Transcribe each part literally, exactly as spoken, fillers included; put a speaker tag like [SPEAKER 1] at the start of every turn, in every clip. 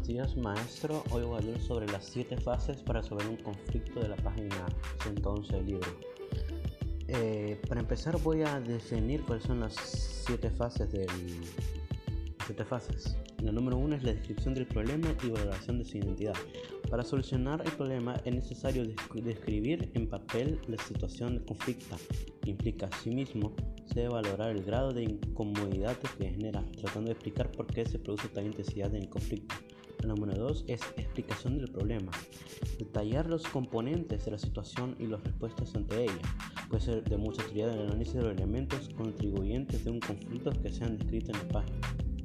[SPEAKER 1] Buenos días, maestro. Hoy voy a hablar sobre las siete fases para resolver un conflicto de la página ciento once del libro. Eh, para empezar voy a definir cuáles son las siete fases del siete fases. La número uno es la descripción del problema y valoración de su identidad. Para solucionar el problema es necesario describir en papel la situación de conflicto que implica. Asimismo, se debe valorar el grado de incomodidad que genera, tratando de explicar por qué se produce tal intensidad en el conflicto. La número dos es explicación del problema. Detallar los componentes de la situación y las respuestas ante ella. Puede ser de mucha utilidad en el análisis de los elementos contribuyentes de un conflicto que sean descritos en la página.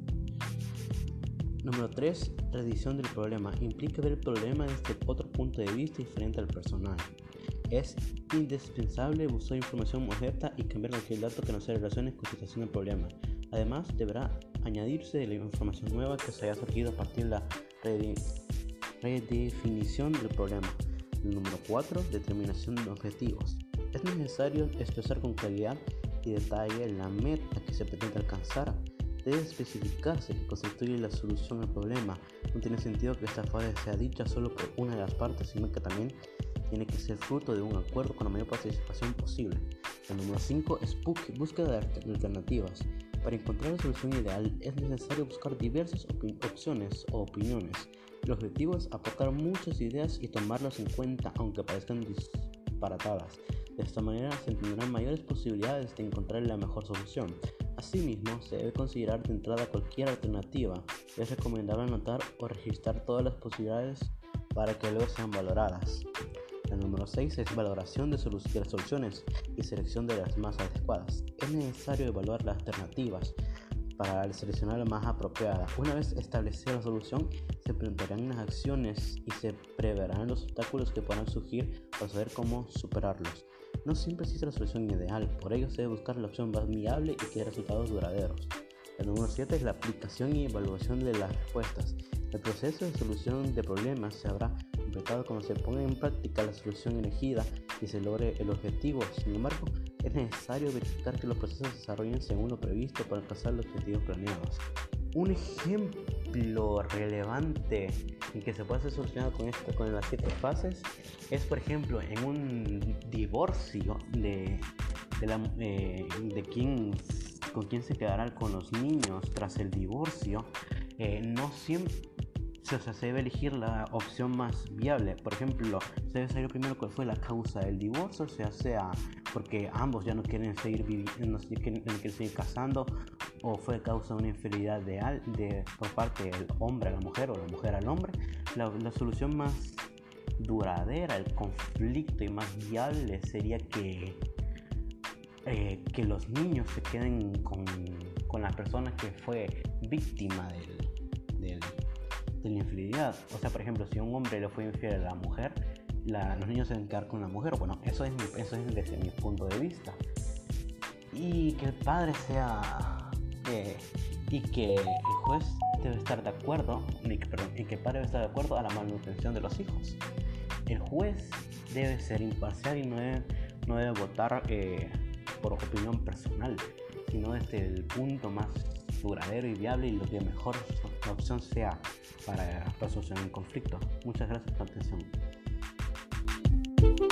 [SPEAKER 1] Número tres. Revisión del problema. Implica ver el problema desde otro punto de vista diferente al personal. Es indispensable buscar información objetiva y cambiar cualquier dato que no se relacione con la situación del problema. Además, deberá añadirse la información nueva que se haya surgido a partir de la redefinición del problema. Número cuatro. Determinación de objetivos. Es necesario expresar con claridad y detalle la meta que se pretende alcanzar. Debe especificarse que constituye la solución al problema. No tiene sentido que esta fase sea dicha solo por una de las partes, sino que también tiene que ser fruto de un acuerdo con la mayor participación posible. El número cinco es búsqueda de alternativas. Para encontrar la solución ideal es necesario buscar diversas op- opciones o opiniones. El objetivo es aportar muchas ideas y tomarlas en cuenta aunque parezcan disparatadas. De esta manera se tendrán mayores posibilidades de encontrar la mejor solución. Asimismo, se debe considerar de entrada cualquier alternativa. Es recomendable anotar o registrar todas las posibilidades para que luego sean valoradas. El número seis es valoración de, solu- de las soluciones y selección de las más adecuadas. Es necesario evaluar las alternativas para seleccionar la más apropiada. Una vez establecida la solución, se plantearán las acciones y se preverán los obstáculos que puedan surgir para saber cómo superarlos. No siempre existe la solución ideal, por ello se debe buscar la opción más viable y que dé resultados duraderos. El número siete es la aplicación y evaluación de las respuestas. El proceso de solución de problemas se habrá completado cuando se ponga en práctica la solución elegida y se logre el objetivo. Sin embargo, es necesario verificar que los procesos se desarrollen según lo previsto para alcanzar los objetivos planeados. Un ejemplo relevante y que se puede ser solucionado con, esto, con las siete fases es, por ejemplo, en un divorcio de, de, la, eh, de quién, con quién se quedará con los niños tras el divorcio. Eh, no siempre o sea, se debe elegir la opción más viable. Por ejemplo, se debe saber primero cuál fue la causa del divorcio, o sea, sea porque ambos ya no quieren seguir viviendo, no quieren, no quieren seguir casando, o fue causa de una infidelidad de, de, por parte del hombre a la mujer o la mujer al hombre. La, la solución más duradera al conflicto y más viable sería que, eh, que los niños se queden con, con la persona que fue víctima del, del de la infidelidad. O sea, por ejemplo, si un hombre le fue infiel a la mujer, la, los niños se deben quedar con la mujer. Bueno, eso es, eso es desde mi punto de vista. Y que el padre sea eh, y que el juez debe estar de acuerdo y que, perdón, y que el padre debe estar de acuerdo a la manutención de los hijos. El juez debe ser imparcial y no debe, no debe votar eh, por opinión personal, sino desde el punto más duradero y viable y lo que mejor la opción sea para, para solucionar el conflicto. Muchas gracias por la atención.